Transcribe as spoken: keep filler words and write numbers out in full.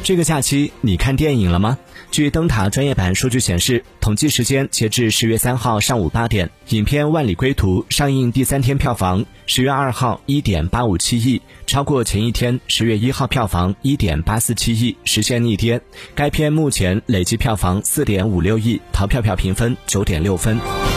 这个假期你看电影了吗？据灯塔专业版数据显示，统计时间截至十月三号上午八点，影片《万里归途》上映第三天票房十月二号 一点八五七亿，超过前一天十月一号票房 一点八四七亿，实现逆跌。该片目前累计票房 四点五六亿，淘票票评分 九点六分。